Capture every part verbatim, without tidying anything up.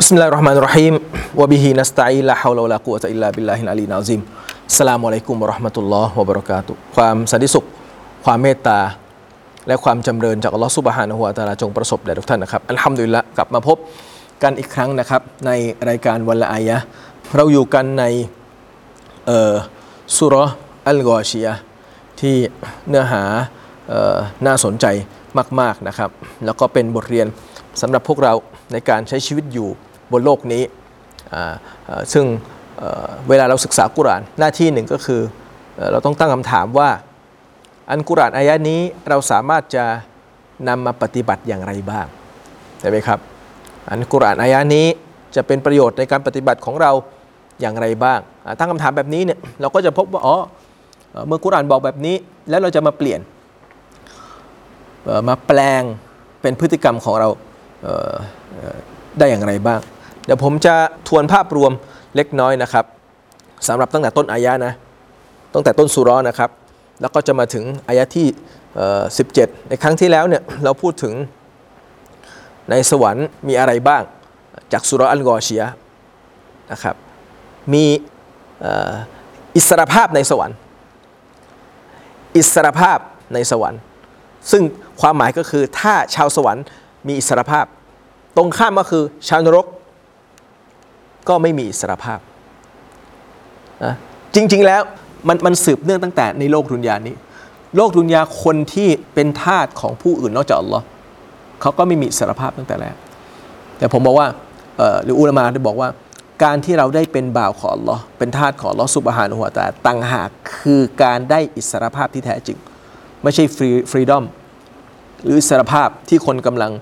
بسم الله الرحمن الرحيم وبه نستعين لا حول ولا قوة إلا بالله العلي العظيمอัสสลามุอะลัยกุมวะเราะห์มะตุลลอฮ์วะบะเราะกาตุฮ์ความสันติสุขความเมตตาและความจำเริญจากอัลลอฮ์ซุบฮานะฮูวะตะอาลาจงประสบแด่ทุกท่านนะครับอัลฮัมดุลิลละห์กลับมาพบกันอีกครั้งนะครับในรายการวันละอายะห์เราอยู่กันในเอ่อซูเราะห์อัลกอชิยะห์ที่เนื้อหาเอ่อน่าสนใจมากๆนะครับแล้วก็เป็นบทเรียนสำหรับพวกเราในการใช้ชีวิตอยู่บนโลกนี้ซึ่งเ, เวลาเราศึกษากุรอานหน้าที่หนึ่งก็คือเราต้องตั้งคำถามว่าอันกุรอานอายะนี้เราสามารถจะนำมาปฏิบัติอย่างไรบ้างใช่ไหมครับอันกุรอานอายะนี้จะเป็นประโยชน์ในการปฏิบัติของเราอย่างไรบ้างตั้งคำถามแบบนี้เนี่ยเราก็จะพบว่าอ๋อเมื่อกุรอานบอกแบบนี้แล้วเราจะมาเปลี่ยนมาแปลงเป็นพฤติกรรมของเราได้อย่างไรบ้างเดี๋ยวผมจะทวนภาพรวมเล็กน้อยนะครับสำหรับตั้งแต่ต้นอายะนะตั้งแต่ต้นซูเราะห์นะครับแล้วก็จะมาถึงอายะที่สิบเจ็ดในครั้งที่แล้วเนี่ยเราพูดถึงในสวรรค์มีอะไรบ้างจากซูเราะห์อัลกอชิยะห์นะครับมีอิสรภาพในสวรรค์อิสรภาพในสวรรค์ซึ่งความหมายก็คือถ้าชาวสวรรค์มีอิสรภาพตรงข้ามก็คือชาวนรกก็ไม่มีอิสรภาพนะจริงๆแล้วมันมันสืบเนื่องตั้งแต่ในโลกดุนยานี้โลกดุนยาคนที่เป็นทาสของผู้อื่นนอกจากอัลลอฮ์เขาก็ไม่มีอิสรภาพตั้งแต่แรกแต่ผมบอกว่าหรืออุลามะได้บอกว่าการที่เราได้เป็นบ่าวของอัลลอฮ์เป็นทาสของอัลลอฮ์ซุบฮานะฮูวะตะอาลาต่างหากคือการได้อิสรภาพที่แท้จริงไม่ใช่ฟรีฟรีดอมหรืออิสรภาพที่คนกำลัง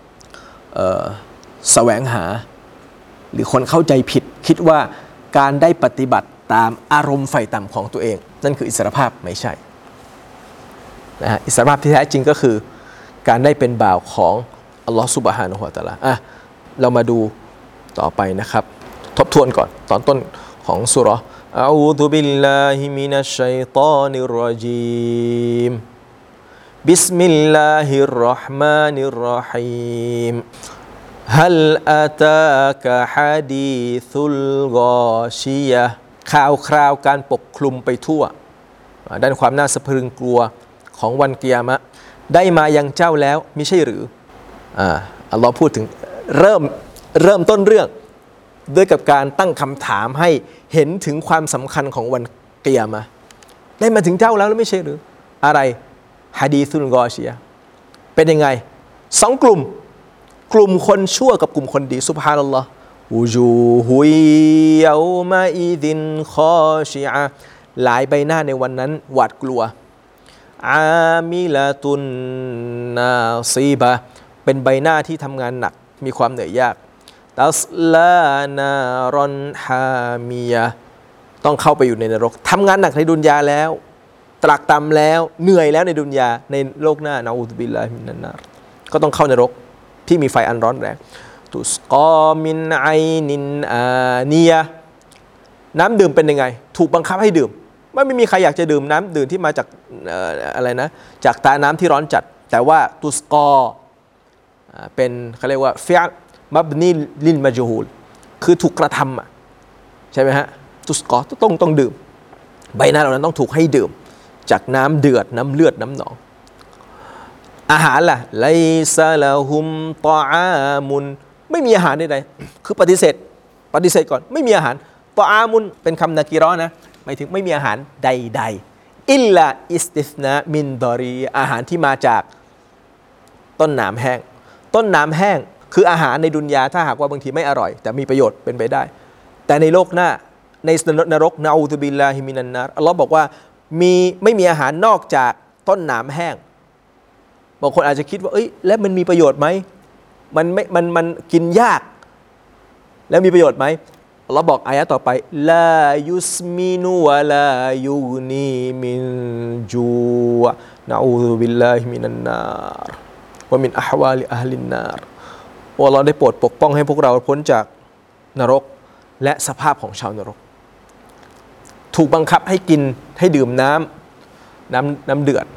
แสวงหาหรือคนเข้าใจผิดคิดว่าการได้ปฏิบัติตามอารมณ์ไฟต่ำของตัวเองนั่นคืออิสรภาพไม่ใช่นะฮะอิสรภาพที่แท้จริงก็คือการได้เป็นบ่าวของอัลลอฮฺซุบฮานะฮูวะตะอาลาอ่ะเรามาดูต่อไปนะครับทบทวนก่อนตอนต้นของซูเราะห์อะอูซุบิลลาฮิมินัชชัยฏอนิรเราะญีมบิสมิลลาฮิรเราะห์มานิรเราะฮีมฮัลอาตากะฮะดีซุลกอชิยะห์ข่าวคราวการปกคลุมไปทั่วด้านความน่าสะพรึงกลัวของวันกิยามะห์ได้มายังเจ้าแล้วมิใช่หรืออ่าอัลลอฮ์พูดถึงเริ่มเริ่มต้นเรื่องด้วยกับการตั้งคำถามให้เห็นถึงความสำคัญของวันกิยามะห์ได้มาถึงเจ้าแล้วแล้วไม่ใช่หรืออะไรฮะดีซุลกอชิยะห์เป็นยังไงสองกลุ่มกลุ่มคนชั่วกับกลุ่มคนดีซุบฮานัลลอฮ์วูจูฮุยยามาอิซินคอชิอะห์หลายใบหน้าในวันนั้นหวาดกลัวอามิลาตุนนาซีบะเป็นใบหน้าที่ทำงานหนักมีความเหนื่อยยากตัสลานารอนฮามียะต้องเข้าไปอยู่ในนรกทำงานหนักในดุนยาแล้วตรากตรำแล้วเหนื่อยแล้วในดุนยาในโลกหน้านะอูซุบิลลาฮิมินันนารก็ต้องเข้านรกที่มีไฟอันร้อนแรงตุสกอมินไอนินอานียะน้ำดื่มเป็นยังไงถูกบังคับให้ดื่มไม่ไม่มีใครอยากจะดื่มน้ำดื่มที่มาจากอะไรนะจากตาน้ำที่ร้อนจัดแต่ว่าตุสกอเป็นเขาเรียกว่าฟิอ์มับนีลินมัจฮูลคือถูกกระทำใช่ไหมฮะตุสกอต้องต้องดื่มใบหน้าเรานั้นต้องถูกให้ดื่มจากน้ำเดือดน้ำเลือดน้ำหนองอาหารล่ะไลซาลาฮุมตออามุนไม่มีอาหารใดๆคือปฏิเสธปฏิเสธก่อนไม่มีอาหารตออามุนเป็นคำนากีเราะห์นะหมายถึงไม่มีอาหารใดๆอิลลาอิสติสนามินดอรีอาหารที่มาจากต้นน้ำแห้งต้นน้ำแห้งคืออาหารในดุนยาถ้าหากว่าบางทีไม่อร่อยแต่มีประโยชน์เป็นไปได้แต่ในโลกหน้าในนรกนะอูซุบิลลาฮิมินันนารอัลเลาะห์บอกว่ามีไม่มีอาหารนอกจากต้นน้ำแห้งบางคนอาจจะคิดว่าเอ้ยแล้วมันมีประโยชน์ไหมมันไม่มันมันกินยากแล้วมีประโยชน์ไหมเราบอกอายะต่อไปลายุสมินุวะลายูนีมินจูนะอูซุบิลลาฮิมินันนารวะมินอะฮวาลิอะฮลินนารโอ้เราได้โปรดปกป้องให้พวกเราพ้นจากนรกและสภาพของชาวนรกถูกบังคับให้กินให้ดื่มน้ำน้ำน้ำเดือด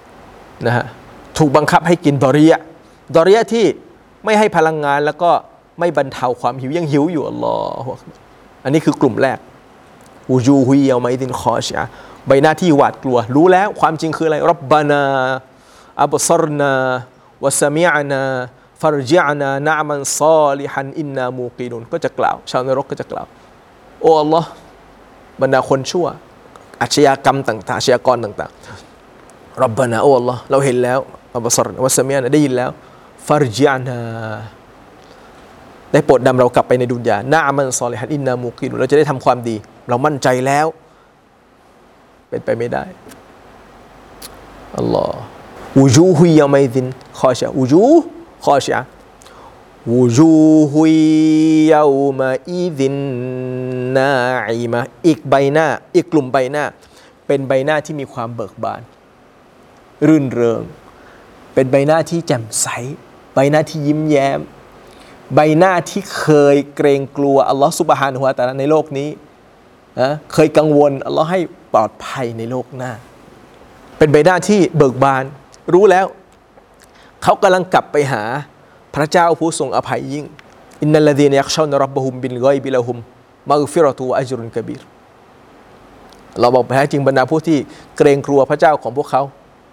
นะฮะถูกบังคับให้กินดอริยะดอริยะที่ไม่ให้พลังงานแล้วก็ไม่บรรเทาความหิวยังหิวอยู่อัลลอฮฺอันนี้คือกลุ่มแรกอูจูฮุยเยาไมดินคอชะใบหน้าที่หวาดกลัวรู้แล้วความจริงคืออะไรรับบานาอับซรนาวะซะมิอนาฟารจิอนานะมันซอลิฮันอินนามูกีนุนก็จะกล่าวชาวนรกก็จะกล่าวโอ้อัลลอฮ์บรรดาคนชั่วอาชญากรรมต่างๆอาชญากรต่างๆรับบานาโอ้อัลลอฮ์เราเห็นแล้วอับซรนาวะซะมิอนาได้ยินแล้วฟารจิอนาได้โปรดนำเรากลับไปในดุนยานะมันซอลิฮันอินนามูกีนุนเราจะได้ทำความดีเรามั่นใจแล้วเป็นไปไม่ได้อัลลอฮ์วูจูฮุยยามัยดินคอชะวูจูคอชะวูจูฮุยยามัยดินนาอิมะอีกใบหน้าอีกกลุ่มใบหน้าเป็นใบหน้าที่มีความเบิกบานรื่นเริงเป็นใบหน้าที่แจ่มใสใบหน้าที่ยิ้มแย้มใบหน้าที่เคยเกรงกลัวอัลลอฮ์ซุบฮานะฮูวะตะอาลาในโลกนี้นะเคยกังวลอัลลอฮ์ให้ปลอดภัยในโลกหน้าเป็นใบหน้าที่เบิกบานรู้แล้วเขากำลังกลับไปหาพระเจ้าผู้ทรงอภัยยิ่งอินนัลลซีนยักชาวนะร็อบบะฮุมบิลฆอยบิละฮุมมัฆฟิเราะตุวะอัจรุนกะบีรเราบอกแท้จริงบรรดาผู้ที่เกรงกลัวพระเจ้าของพวกเขา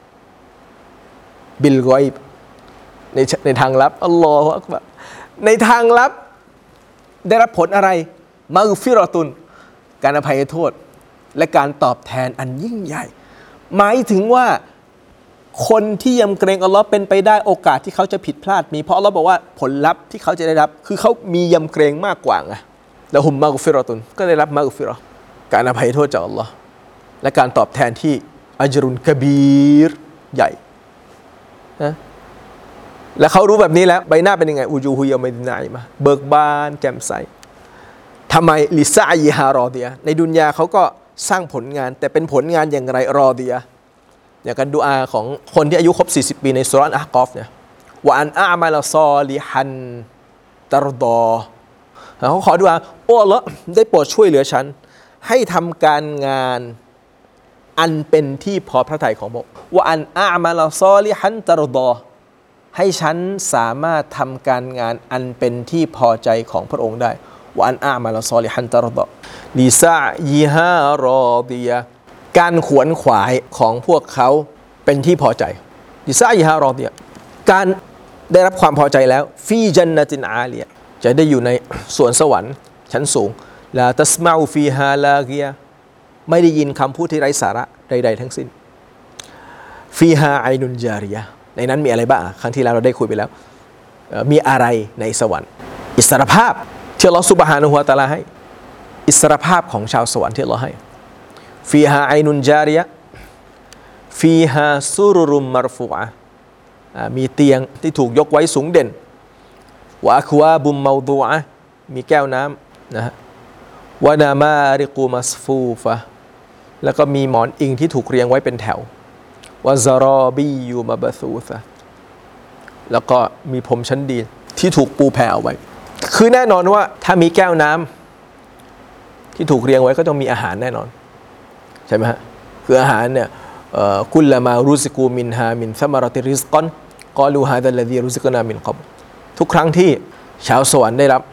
บิลฆอยในในทางลับอัลลอฮฺอักบัรในทางลับได้รับผลอะไรมัฆฟิเราะตุนการอภัยโทษและการตอบแทนอันยิ่งใหญ่หมายถึงว่าคนที่ยำเกรงอัลลอฮ์เป็นไปได้โอกาสที่เขาจะผิดพลาดมีเพราะอัลลอฮ์บอกว่าผลลัพธ์ที่เขาจะได้รับคือเขามียำเกรงมากกว่าไงแล้วฮุมมัฆฟิเราะตุนก็ได้รับมัฆฟิเราะห์การอภัยโทษจากอัลลอฮ์และการตอบแทนที่อัจรุนกะบีรใหญ่นะและเขารู้แบบนี้แล้วใบหน้าเป็นยังไงอูจูฮุยยามัยดินนาอิมะเบิกบานแจ่มใสทำไมลิซาอิฮารอเดียในดุนยาเขาก็สร้างผลงานแต่เป็นผลงานอย่างไรรอเดียอย่างการดุอาของคนที่อายุครบสี่สิบปีในซูเราะห์อัลอะห์กอฟเนี่ยวะอันอามัลซอลิฮันตัรฎอเขาขอดุอาโอ้อัลเลาะห์ได้โปรดช่วยเหลือฉันให้ทำการงานอันเป็นที่พอพระทัยของพระองค์วะอันอามัลซอลิฮันตัรฎอให้ฉันสามารถทำการงานอันเป็นที่พอใจของพระองค์ได้วะอันอามัลซอลิฮันตัรฎอลิซะยิฮารอดียะการขวนขวายของพวกเขาเป็นที่พอใจลิซะยิฮารอดียะการได้รับความพอใจแล้วฟีจันนะตินอาลียะจะได้อยู่ในสวนสวรรค์ชั้นสูงลาตัสมาอูฟีฮาลากียะไม่ได้ยินคำพูดที่ไร้สาระใดๆทั้งสิ้นฟีฮาไอนุนจาริยะในนั้นมีอะไรบ้างครั้งที่แล้วเราได้คุยไปแล้วมีอะไรในสวรรค์อิสรภาพที่อัลเลาะห์ซุบฮานะฮูวะตะอาลาให้อิสรภาพของชาวสวรรค์ที่อัลเลาะห์ให้ฟีฮาไอนุนจาริยะฟีฮาซุรุรุมมัรฟูอะมีเตียงที่ถูกยกไว้สูงเด่นวะอัควาบุมเมาดูอะมีแก้วน้ำนะฮะวะนามาริกูมัสฟูฟะแล้วก็มีหมอนอิงที่ถูกเรียงไว้เป็นแถววะซารอบียูมาบะซูซะแล้วก็มีพรมชั้นดีที่ถูกปูแผ่เอาไว้คือแน่นอนว่าถ้ามีแก้วน้ำที่ถูกเรียงไว้ก็ต้องมีอาหารแน่นอนใช่ไหมฮะคืออาหารเนี่ยกุลละมารุซิกูมินฮามินซะมารติริซกอนกอลูฮาดัลลซีรุซิกนามินกับทุกครั้งที่ชาวสวรรค์ได้รับ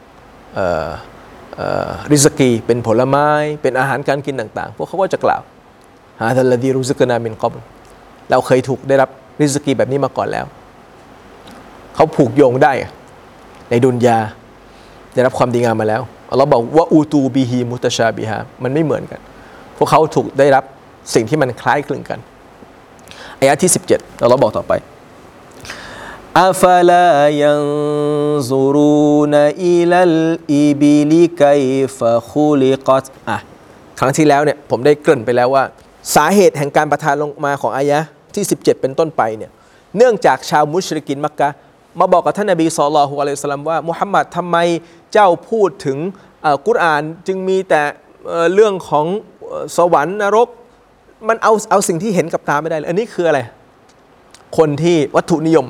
ริซกีเป็นผลไม้เป็นอาหารการกินต่างๆพวกเขาก็จะกล่าวฮาดัลลซีรุซิกนามินกับเราเคยถูกได้รับริซกีแบบนี้มาก่อนแล้วเขาผูกโยงได้ในดุนยาได้รับความดีงามมาแล้วอัลลอฮ์บอกว่าอูตูบิฮีมุตชาบิฮามันไม่เหมือนกันพวกเขาถูกได้รับสิ่งที่มันคล้ายคลึงกันอายะที่สิบเจ็ดอัลลอฮ์บอกต่อไปอัฟลายันซุรูนอิลัลอิบิลิกัยฟะคุลิกัตอ่ะครั้งที่แล้วเนี่ยผมได้เกริ่นไปแล้วว่าสาเหตุแห่งการประทานลงมาของอายะที่สิบเจ็ดเป็นต้นไปเนี่ยเนื่องจากชาวมุชริกินมักกะฮ์มาบอกกับท่านนบีศ็อลลัลลอฮุอะลัยฮิวะซัลลัมว่ามุฮัมมัดทำไมเจ้าพูดถึงกุรอานจึงมีแต่เรื่องของสวรรค์นรกมันเอาเอาสิ่งที่เห็นกับตาไม่ได้เลยอันนี้คืออะไรคนที่วัตถุนิยม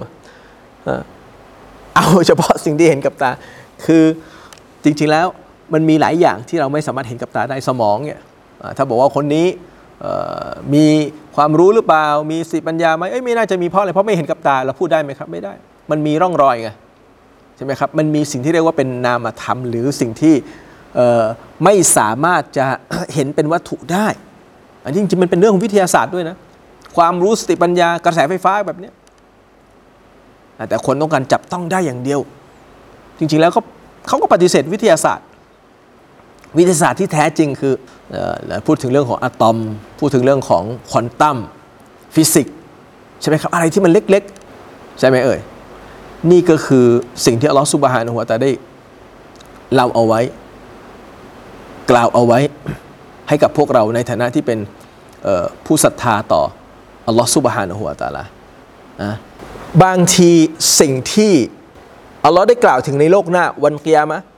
เอาเฉพาะสิ่งที่เห็นกับตาคือจริงๆแล้วมันมีหลายอย่างที่เราไม่สามารถเห็นกับตาได้สมองเนี่ยถ้าบอกว่าคนนี้มีความรู้หรือเปล่ามีสติปัญญาไหมเอ้ยไม่น่าจะมีเพราะอะไรเพราะไม่เห็นกับตาเราพูดได้ไหมครับไม่ได้มันมีร่องรอยไงใช่ไหมครับมันมีสิ่งที่เรียกว่าเป็นนามธรรมหรือสิ่งที่ไม่สามารถจะ เห็นเป็นวัตถุได้อันนี้จริงๆมันเป็นเรื่องของวิทยาศาสตร์ด้วยนะความรู้สติปัญญากระแสไฟฟ้าแบบนี้แต่คนต้องการจับต้องได้อย่างเดียวจริงๆแล้วเขาเขาก็ปฏิเสธวิทยาศาสตร์วิทยาศาสตร์ที่แท้จริงคือพูดถึงเรื่องของอะตอมพูดถึงเรื่องของควอนตัมฟิสิกส์ใช่ไหมครับอะไรที่มันเล็กๆใช่ไหมเอ่ยนี่ก็คือสิ่งที่อัลลอฮฺซุบฮานะฮูวะตะอาลาได้เล่าเอาไว้กล่าวเอาไว้ให้กับพวกเราในฐานะที่เป็นผู้ศรัทธาต่ออัลลอฮฺซุบฮานะฮูวะตะอาลานะบางทีสิ่งที่อัลลอฮฺได้กล่าวถึงในโลกหน้าวันกิยามะห์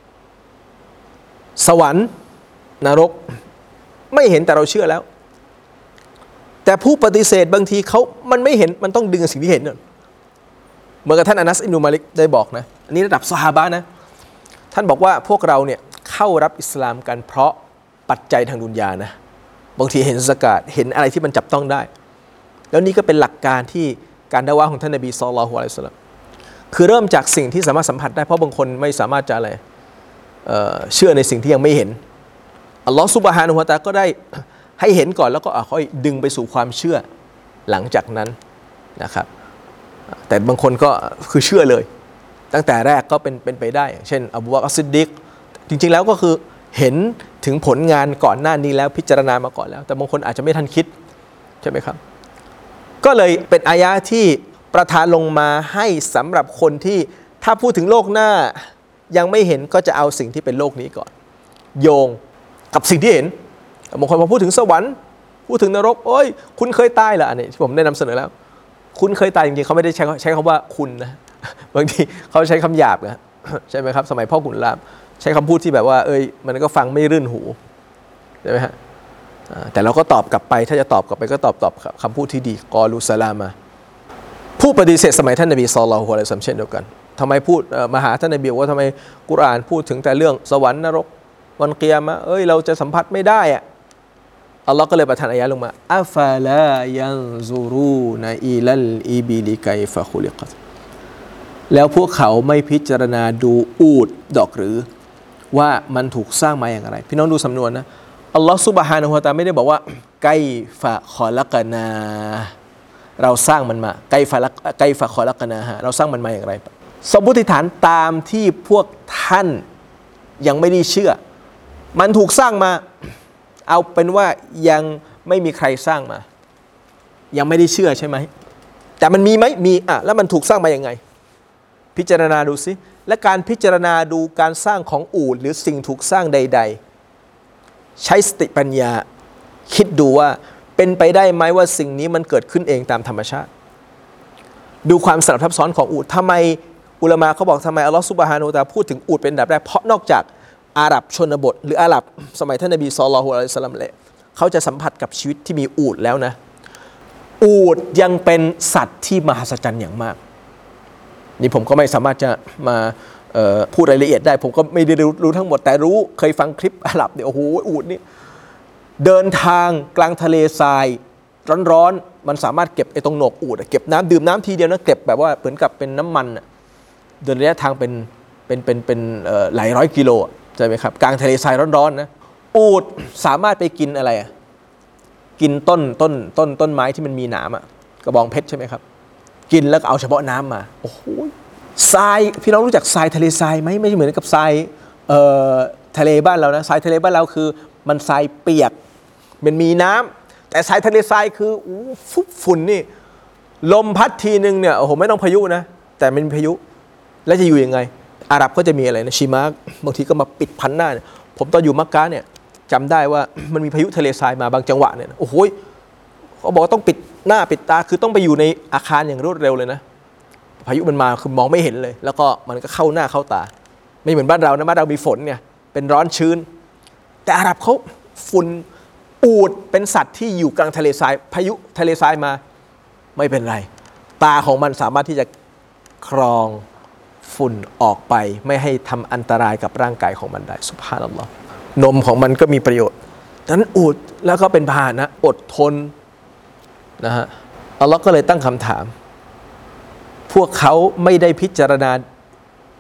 สวรรค์นรกไม่เห็นแต่เราเชื่อแล้วแต่ผู้ปฏิเสธบางทีเขามันไม่เห็นมันต้องดึงสิ่งที่เห็นเนี่ยเหมือนกับท่านอานัสอิบนุมาลิกได้บอกนะอันนี้ระดับซอฮาบะห์นะท่านบอกว่าพวกเราเนี่ยเข้ารับอิสลามกันเพราะปัจจัยทางดุนยานะบางทีเห็นซะกาตเห็นอะไรที่มันจับต้องได้แล้วนี่ก็เป็นหลักการที่การดะวะห์ของท่านนบีศ็อลลัลลอฮุอะลัยฮิวะซัลลัมคือเริ่มจากสิ่งที่สามารถสัมผัสได้เพราะบางคนไม่สามารถจะอะไร เอ่อ เชื่อในสิ่งที่ยังไม่เห็นอัลลอฮฺซุบฮานะฮูวะตะอาลาก็ได้ให้เห็นก่อนแล้วก็ค่อยดึงไปสู่ความเชื่อหลังจากนั้นนะครับแต่บางคนก็คือเชื่อเลยตั้งแต่แรกก็เป็นเป็นไปได้เช่นอบูบักร อัสซิดดีกจริงๆแล้วก็คือเห็นถึงผลงานก่อนหน้านี้แล้วพิจารณามาก่อนแล้วแต่บางคนอาจจะไม่ทันคิดใช่ไหมครับก็เลยเป็นอายะห์ที่ประทานลงมาให้สำหรับคนที่ถ้าพูดถึงโลกหน้ายังไม่เห็นก็จะเอาสิ่งที่เป็นโลกนี้ก่อนโยงกับสิ่งที่เห็นบางคนพอพูดถึงสวรรค์พูดถึงนรกโอ้ยคุณเคยตายเหรออันนี้ที่ผมได้นำเสนอแล้วคุณเคยตายจริงๆเขาไม่ได้ใช้ใช้คำว่าคุณนะบางทีเขาใช้คำหยาบนะใช่ไหมครับสมัยพ่อขุนรามใช้คำพูดที่แบบว่าเอ้ยมันก็ฟังไม่รื่นหูใช่ไหมฮะแต่เราก็ตอบกลับไปถ้าจะตอบกลับไปก็ตอบตอบคำพูดที่ดีกอลูสลามาผู้ปฏิเสธสมัยท่านนบีศ็อลลัลลอฮุอะลัยฮิวะซัลลัมเช่นเดียวกันทำไมพูดมาหาท่านนบีว่าทำไมกุรอานพูดถึงแต่เรื่องสวรรค์นรกวันกิยามะห์เอ้ยเราจะสัมผัสไม่ได้อะอัลลอฮ์ก็เลยประทานอายะห์ลงมาอัฟาลายันซูรูนอิลัลอิบิลิกัยฟะคุลิกัตแล้วพวกเขาไม่พิจารณาดูอูฐดอกหรือว่ามันถูกสร้างมาอย่างไรพี่น้องดูสำนวนนะอัลลอฮ์ซุบฮานะฮูวะตะอาลาไม่ได้บอกว่าไกฟะคอลักนาเราสร้างมันมาไกฟะไกฟะคอลักนาฮะเราสร้างมันมาอย่างไรสมมติฐานตามที่พวกท่านยังไม่ได้เชื่อมันถูกสร้างมาเอาเป็นว่ายังไม่มีใครสร้างมายังไม่ได้เชื่อใช่ไหมแต่มันมีไหมมีอ่ะแล้วมันถูกสร้างมาอย่างไงพิจารณาดูสิและการพิจารณาดูการสร้างของอูฐหรือสิ่งถูกสร้างใดๆใช้สติปัญญาคิดดูว่าเป็นไปได้ไหมว่าสิ่งนี้มันเกิดขึ้นเองตามธรรมชาติดูความสลับซับซ้อนของอูฐทำไมอุลามะเขาบอกทำไมอัลลอฮฺซุบฮานะฮูวะตะอาลาพูดถึงอูฐเป็นอันดับแรกเพราะนอกจากอาหรับชนบทหรืออาหรับสมัยท่านนบีศ็อลลัลลอฮุอะลัยฮิวะซัลลัมแหละเขาจะสัมผัสกับชีวิตที่มีอูฐแล้วนะอูฐยังเป็นสัตว์ที่มหัศจรรย์อย่างมากนี่ผมก็ไม่สามารถจะมาพูดรายละเอียดได้ผมก็ไม่ได้รู้รู้ทั้งหมดแต่รู้เคยฟังคลิปอาหรับเนี่ยโอ้โหอูฐนี่เดินทางกลางทะเลทรายร้อนๆมันสามารถเก็บไอ้ตรงโหนกอูฐเก็บน้ำดื่มน้ำทีเดียวนะเก็บแบบว่าเหมือนกับเป็นน้ำมันเดินระยะทางเป็นเป็นเป็นเป็นหลายร้อยกิโลใช่ไหมครับกลางทะเลทรายร้อนๆนะอูฐสามารถไปกินอะไรกินต้นต้นต้นต้นไม้ที่มันมีหนามอะกระบองเพชรใช่ไหมครับกินแล้วก็เอาเฉพาะน้ำมาโอ้โหทรายพี่น้องรู้จักทรายทะเลทรายไหมไม่ใช่เหมือนกับทรายทะเลบ้านเรานะทรายทะเลบ้านเราคือมันทรายเปียกมันมีน้ำแต่ทรายทะเลทรายคือฟุบฝุ่นนี่ลมพัดทีนึงเนี่ยโอ้โหไม่ต้องพายุนะแต่มันมีพายุแล้วจะอยู่ยังไงอาหรับก็จะมีอะไรนะชิมาร์บางทีก็มาปิดพันหน้าเนี่ยผมตอนอยู่มักกะเนี่ยจำได้ว่ามันมีพายุทะเลทรายมาบางจังหวะเนี่ยโอ้โหเขาบอกว่าต้องปิดหน้าปิดตาคือต้องไปอยู่ในอาคารอย่างรวดเร็วเลยนะพายุมันมาคือมองไม่เห็นเลยแล้วก็มันก็เข้าหน้าเข้าตาไม่เหมือนบ้านเรานะบ้านเรามีฝนเนี่ยเป็นร้อนชื้นแต่อาหรับเขาฝุ่นอูฐเป็นสัตว์ที่อยู่กลางทะเลทรายพายุทะเลทรายมาไม่เป็นไรตาของมันสามารถที่จะครองฝุ่นออกไปไม่ให้ทำอันตรายกับร่างกายของมันได้ซุบฮานัลลอฮ์นมของมันก็มีประโยชน์ดังนั้นอูฐแล้วก็เป็นพาหนะอดทนนะฮะอัลลอฮ์ก็เลยตั้งคำถามพวกเขาไม่ได้พิจารณา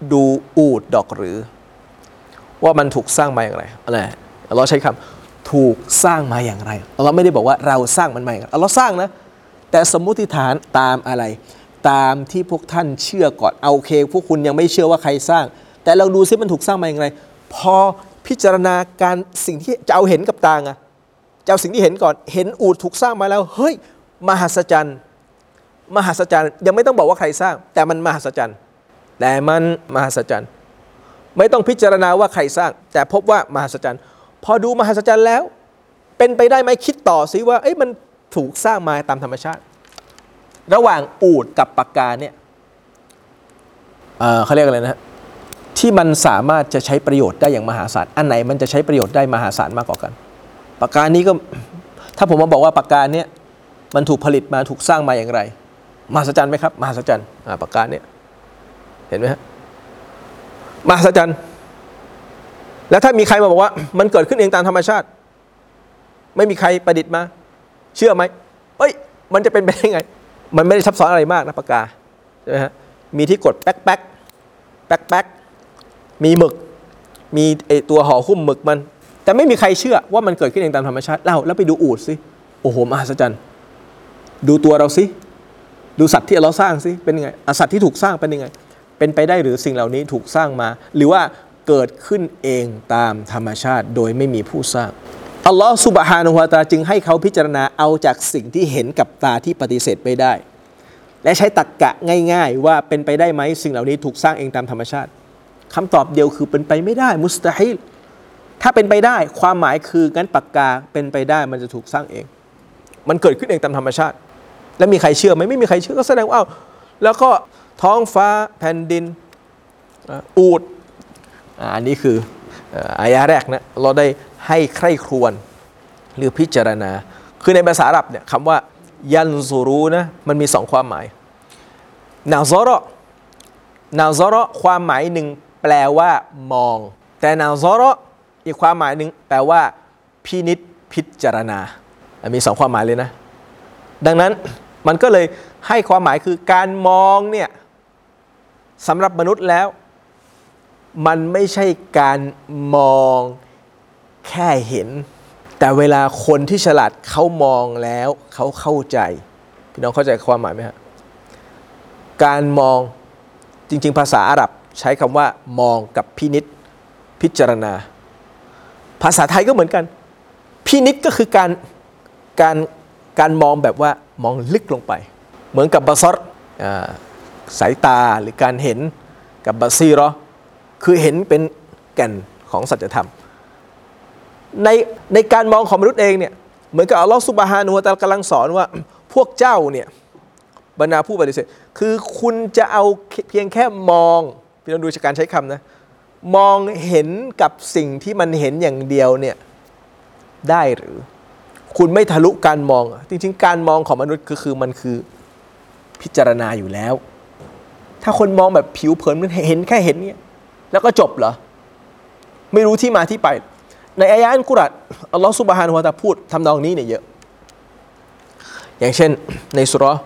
ดูอูฐดอกหรือว่ามันถูกสร้างมาอย่างไรอะไรอัลลอฮ์ใช้คำถูกสร้างมาอย่างไรอัลลอฮ์ไม่ได้บอกว่าเราสร้างมันมาอย่างไรอัลลอฮ์สร้างนะแต่สมมุติฐานตามอะไรตามที่พวกท่านเชื่อก่อนเอาโอเคพวกคุณยังไม่เชื่อว่าใครสร้าง แต่เราดูซิมันถูกสร้างมาอย่างไรพอพิจารณาการสิ่งที่จะเอาเห็นกับตาไงจะเอาสิ่งที่เห็นก่อนเห็นอูฐถูกสร้างมาแล้วเฮ้ยมหัศจรรย์มหัศจรรย์ยังไม่ต้องบอกว่าใครสร้างแต่มันมหัศจรรย์แต่มันมหัศจรรย์ไม่ต้องพิจารณาว่าใครสร้างแต่พบว่ามหัศจรรย์พอดูมหัศจรรย์แล้วเป็นไปได้ไหมคิดต่อซิว่าเอ้ยมันถูกสร้างมาตามธรรมชาติระหว่างอูฐกับปากกาเนี่ย เอ่อ เขาเรียกอะไรนะที่มันสามารถจะใช้ประโยชน์ได้อย่างมหาศาลอันไหนมันจะใช้ประโยชน์ได้มหาศาลมากกว่ากันปากกานี้ก็ถ้าผมมาบอกว่าปากกาเนี่ยมันถูกผลิตมาถูกสร้างมาอย่างไรมหัศจรรย์ไหมครับมหัศจรรย์ปากกาเนี่ยเห็นไหมฮะมหัศจรรย์แล้วถ้ามีใครมาบอกว่ามันเกิดขึ้นเองตามธรรมชาติไม่มีใครประดิษฐ์มาเชื่อไหมเอ้ยมันจะเป็นไปได้ไงมันไม่ได้ซับซ้อนอะไรมากนะปากกาใช่ไหมฮะมีที่กดแป๊กแป๊กแป๊กแป๊กมีหมึกมีไอตัวห่อหุ้มหมึกมันแต่ไม่มีใครเชื่อว่ามันเกิดขึ้นเองตามธรรมชาติเล่าแล้วไปดูอูฐสิโอ้โหมหัศจรรย์ดูตัวเราสิดูสัตว์ที่เราสร้างสิเป็นยังไงสัตว์ที่ถูกสร้างเป็นยังไงเป็นไปได้หรือสิ่งเหล่านี้ถูกสร้างมาหรือว่าเกิดขึ้นเองตามธรรมชาติโดยไม่มีผู้สร้างอัลลอฮฺซุบฮานะฮูวะตะอาลาจึงให้เขาพิจารณาเอาจากสิ่งที่เห็นกับตาที่ปฏิเสธไม่ได้และใช้ตรรกะง่ายๆว่าเป็นไปได้ไหมสิ่งเหล่านี้ถูกสร้างเองตามธรรมชาติคำตอบเดียวคือเป็นไปไม่ได้มุสตะฮิลถ้าเป็นไปได้ความหมายคืองั้นปากกาเป็นไปได้มันจะถูกสร้างเองมันเกิดขึ้นเองตามธรรมชาติแล้วมีใครเชื่อไหมไม่มีใครเชื่อก็แสดงว่าอ้าวแล้วก็ท้องฟ้าแผ่นดินอูฐอันนี้คืออายะแรกนะเราได้ให้ใคร่ครวญหรือพิจารณาคือในภาษาอาหรับเนี่ยคำว่ายันซูรูนะมันมีสองความหมายนาซอรอนาซอรอความหมายหนึ่งแปลว่ามองแต่นาซอรออีกความหมายหนึ่งแปลว่าพินิจพิจารณามีสองความหมายเลยนะดังนั้นมันก็เลยให้ความหมายคือการมองเนี่ยสำหรับมนุษย์แล้วมันไม่ใช่การมองแค่เห็นแต่เวลาคนที่ฉลาดเขามองแล้วเขาเข้าใจพี่น้องเข้าใจความหมายไหมฮะการมองจริงๆภาษาอาหรับใช้คำว่ามองกับพินิจพิจารณาภาษาไทยก็เหมือนกันพินิจก็คือการการการมองแบบว่ามองลึกลงไปเหมือนกับบะซอรสายตาหรือการเห็นกับบะซีเราะห์คือเห็นเป็นแก่นของสัจธรรมในในการมองของมนุษย์เองเนี่ยเหมือนกับอัลลอฮฺซุบฮานะฮูวะตะอาลากำลังสอนว่าพวกเจ้าเนี่ยบรรดาผู้ปฏิเสธคือคุณจะเอาเพียงแค่มองพี่ต้องดูจากการใช้คำนะมองเห็นกับสิ่งที่มันเห็นอย่างเดียวเนี่ยได้หรือคุณไม่ทะลุการมองจริงๆการมองของมนุษย์ก็คือมันคือพิจารณาอยู่แล้วถ้าคนมองแบบผิวเผินมันเห็นแค่เห็นเนี่ยแล้วก็จบเหรอไม่รู้ที่มาที่ไปในอายะห์อัลกุรอานอัลลอฮฺซุบฮานะฮูวะตะอาลาพูดทำนองนี้เนี่ยเยอะอย่างเช่นในสุเราะห์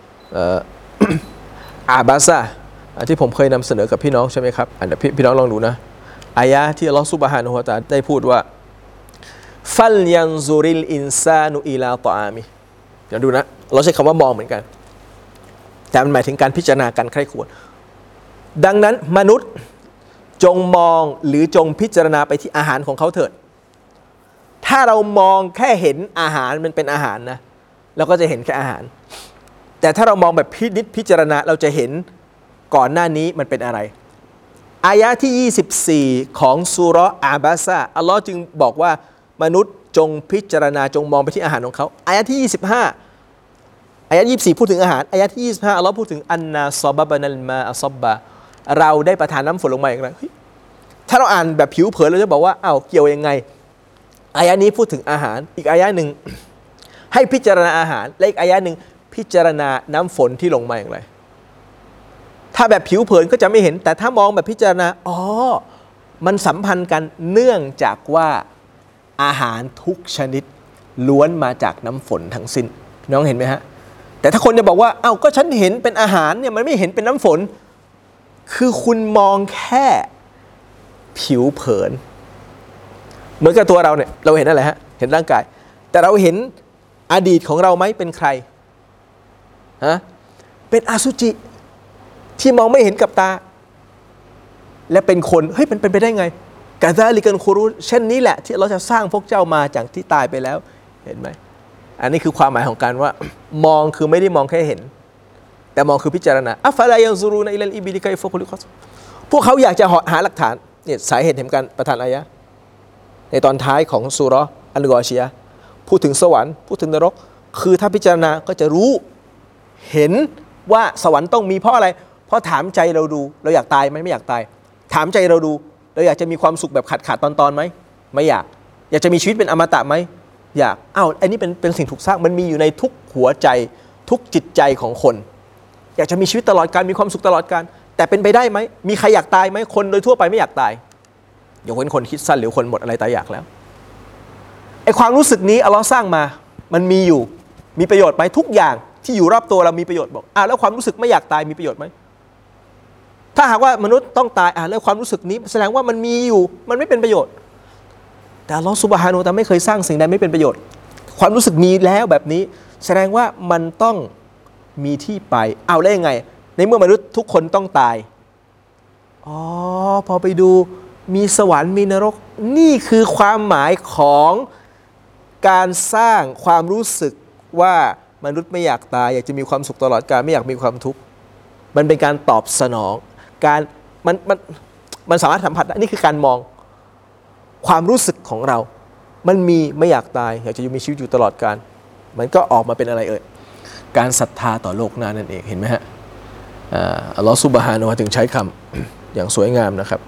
อาบาซะที่ผมเคยนำเสนอกับพี่น้องใช่ไหมครับอันเดี๋ยวพี่พี่น้องลองดูนะอายะห์ที่อัลลอฮฺซุบฮานะฮูวะตะอาลาได้พูดว่าฟัลยันซุริลอินซานุอิลาตออามิเดี๋ยวดูนะเราใช้คำว่ามองเหมือนกันแต่มันหมายถึงการพิจารณาการใคร่ครวญดังนั้นมนุษย์จงมองหรือจงพิจารณาไปที่อาหารของเขาเถิดถ้าเรามองแค่เห็นอาหารมันเป็นอาหารนะเราก็จะเห็นแค่อาหารแต่ถ้าเรามองแบบพินิจพิจารณาเราจะเห็นก่อนหน้านี้มันเป็นอะไรอายะที่ยี่สิบสี่ของซูเราะห์อาบาซะอัลลอฮ์จึงบอกว่ามนุษย์จงพิจารณาจงมองไปที่อาหารของเขาอายะที่ยี่สิบห้าอายะยี่สิบสี่พูดถึงอาหารอายะที่ยี่สิบห้าอัลลอฮ์พูดถึงอันนาซอบะบะนัลมาอัซอบบะเราได้ประทานน้ำฝนลงมาอย่างไรถ้าเราอ่านแบบผิวเผินเราจะบอกว่าอ้าวเกี่ยวยังไงอายะนี้พูดถึงอาหารอีกอายะหนึ่งให้พิจารณาอาหารและอีกอายะหนึ่งพิจารณาน้ำฝนที่ลงมาอย่างไรถ้าแบบผิวเผินก็จะไม่เห็นแต่ถ้ามองแบบพิจารณาอ๋อมันสัมพันธ์กันเนื่องจากว่าอาหารทุกชนิดล้วนมาจากน้ำฝนทั้งสิ้นน้องเห็นไหมฮะแต่ถ้าคนจะบอกว่าเอ้าก็ฉันเห็นเป็นอาหารเนี่ยมันไม่เห็นเป็นน้ำฝนคือคุณมองแค่ผิวเผินเหมือนกับตัวเราเนี่ยเราเห็นอะไรฮะเห็นร่างกายแต่เราเห็นอดีตของเราไหมเป็นใครฮะเป็นอสุจิที่มองไม่เห็นกับตาและเป็นคนเฮ้ยมันเป็นไปได้ไงกะซาลิกันคูรุเช่นนี้แหละที่เราจะสร้างพวกเจ้ามาจากที่ตายไปแล้วเห็นไหมอันนี้คือความหมายของการว่ามองคือไม่ได้มองแค่เห็นแต่มองคือพิจารณาอัฟลายันซูรูนอิลัลอิบิลิกัยฟะคุลิกัตพวกเขาอยากจะหาหลักฐานเนี่ยสาเหตุแห่งการประทานอายะห์ในตอนท้ายของซูเราะห์อัลกอชิยะห์พูดถึงสวรรค์พูดถึงนรกคือถ้าพิจารณาก็จะรู้เห็นว่าสวรรค์ต้องมีเพราะอะไรเพราะถามใจเราดูเราอยากตายไหมไม่อยากตายถามใจเราดูเราอยากจะมีความสุขแบบขาดขาดตอนตอนไหมไม่อยากอยากจะมีชีวิตเป็นอมตะไหมอยากอ้าวอันนี้เป็นเป็นสิ่งถูกสร้างมันมีอยู่ในทุกหัวใจทุกจิตใจของคนอยากจะมีชีวิตตลอดการมีความสุขตลอดการแต่เป็นไปได้ไหมมีใครอยากตายไหมคนโดยทั่วไปไม่อยากตายยกเว้นคนคิดสั้นหรือคนหมดอะไรตายอยากแล้วไอความรู้สึกนี้อัลเลาะห์สร้างมามันมีอยู่มีประโยชน์ไหมทุกอย่างที่อยู่รอบตัวเรามีประโยชน์บอกอ่ะแล้วความรู้สึกไม่อยากตายมีประโยชน์ไหมถ้าหากว่ามนุษย์ต้องตายอ่ะแล้วความรู้สึกนี้แสดงว่ามันมีอยู่มันไม่เป็นประโยชน์แต่อัลเลาะห์ซุบฮานะฮูวะตะอาลาไม่เคยสร้างสิ่งใดไม่เป็นประโยชน์ความรู้สึกมีแล้วแบบนี้แสดงว่ามันต้องมีที่ไปเอาแล้วยังไงในเมื่อมนุษย์ทุกคนต้องตายอ๋อพอไปดูมีสวรรค์มีนรกนี่คือความหมายของการสร้างความรู้สึกว่ามนุษย์ไม่อยากตายอยากจะมีความสุขตลอดกาลไม่อยากมีความทุกข์มันเป็นการตอบสนองการมันมันมันสามารถสัมผัสได้นี่คือการมองความรู้สึกของเรามันมีไม่อยากตายอยากจะมีชีวิตอยู่ตลอดกาลมันก็ออกมาเป็นอะไรเอ่ยการศรัทธาต่อโลกหน้านั่นเองเห็นไหมฮะอัลลอฮฺซุบฮานะฮูวะตะอาลาถึงใช้คำอย่างสวยงามนะครับ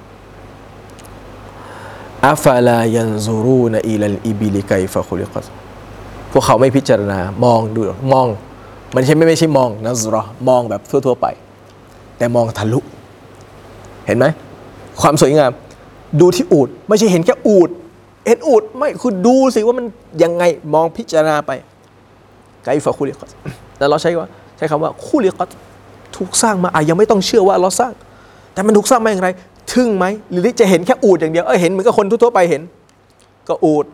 อัฟลายันซูรูนอิลัลอิบิลิกัยฟะคุลิกัตพวกเขาไม่พิจารณามองดูมองมันใช่ไม่ไม่ใช่มองนะซเราะห์มองแบบทั่วๆไปแต่มองทะลุเห็นไหมความสวยงามดูที่อูฐไม่ใช่เห็นแค่อูฐเห็นอูฐไม่คือดูสิว่ามันยังไงมองพิจารณาไปไกฟะคุลิกัตแล้วเราใช้ว่าใช้คำว่าคุลิกัตถูกสร้างมาอ่ะยังไม่ต้องเชื่อว่าเราสร้างแต่มันถูกสร้างมาอย่างไรทึ่งไหมหรือจะเห็นแค่อูฐอย่างเดียวเออเห็นเหมือนกับคนทั่วๆไปเห็นก็อูฐ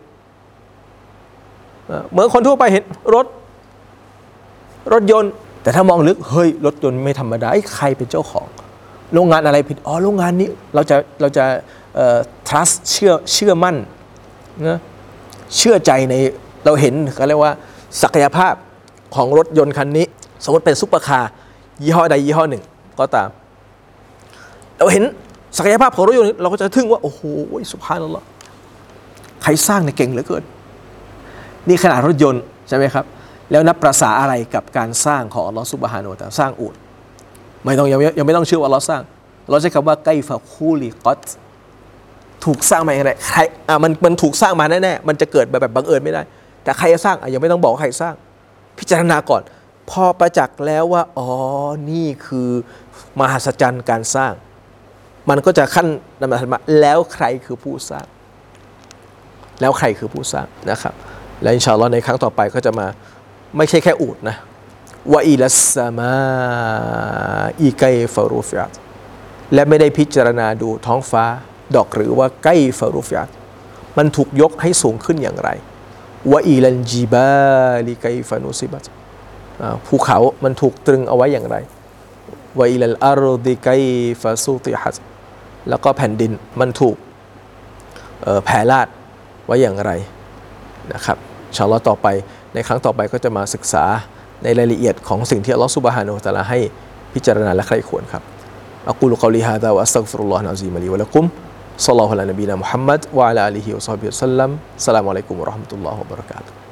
เหมือนคนทั่วไปเห็นรถรถยนต์แต่ถ้ามองลึกเฮ้ยรถยนต์ไม่ธรรมดาไอ้ใครเป็นเจ้าของโรงงานอะไรผิดอ๋อโรงงานนี้เราจะเราจะเอ่อ trust เชื่อเชื่อมั่นนะเชื่อใจในเราเห็นเขาเรียกว่าศักยภาพของรถยนต์คันนี้สมมติเป็นซุปเปอร์คาร์ยี่ห้อใดยี่ห้อหนึ่งก็ตามเราเห็นศักยภาพของรถยนต์เราก็จะทึ่งว่าโอ้โหซุบฮานัลลอฮ์ใครสร้างเนี่ยเก่งเหลือเกินนี่ขนาดรถยนต์ใช่ไหมครับแล้วนับประสาอะไรกับการสร้างของอัลลอฮ์ซุบฮานะฮูวะตะอาลาสร้างอูฐไม่ต้องยังยังไม่ต้องเชื่อว่าอัลลอฮ์สร้างเราใช้คำว่าไกฟะคูลิกัตถูกสร้างมาอย่างไรใครอ่ะมันมันถูกสร้างมาแน่ๆมันจะเกิดแบบแบบบังเอิญไม่ได้แต่ใครจะสร้างอ่ะยังไม่ต้องบอกว่าใครสร้างพิจารณาก่อนพอประจักษ์แล้วว่าอ๋อนี่คือมหัศจรรย์การสร้างมันก็จะขั้นนำมาแล้วใครคือผู้สร้างแล้วใครคือผู้สร้างนะครับและอินชาอัลลอฮ์ในครั้งต่อไปก็จะมาไม่ใช่แค่อูฐนะวะอิลัสสมาอิกัยฟะรุฟิอัตและไม่ได้พิจารณาดูท้องฟ้าดอกหรือว่าไกฟะรุฟิอัตมันถูกยกให้สูงขึ้นอย่างไรวะอิลันจิบาลิกัยฟะนุซิบัตภูเขามันถูกตรึงเอาไว้อย่างไรวะอิลัลอัรฎิกัยฟะซูติฮัตแล้วก็แผ่นดินมันถูกแผ่ลาดไว้อย่างไรนะครับอินชาอัลลอฮ์ต่อไปในครั้งต่อไปก็จะมาศึกษาในรายละเอียดของสิ่งที่อัลลอฮ์ซุบฮานะฮูวะตะอาลาให้พิจารณาและใคร่ควรครับอะกูลุกอลีฮาซาวะอัสตัฆฟิรุลลอฮะอะซีมะลีวะละกุมศ็อลลัลลอฮุอะลานบีนะมุฮัมมัดวะอะลาอาลิฮิวะศอฮบิฮิวะซัลลัมอัสสลามุอะลัยกุมวะเราะห์มะตุลลอฮิวะบะเราะกาตุฮ์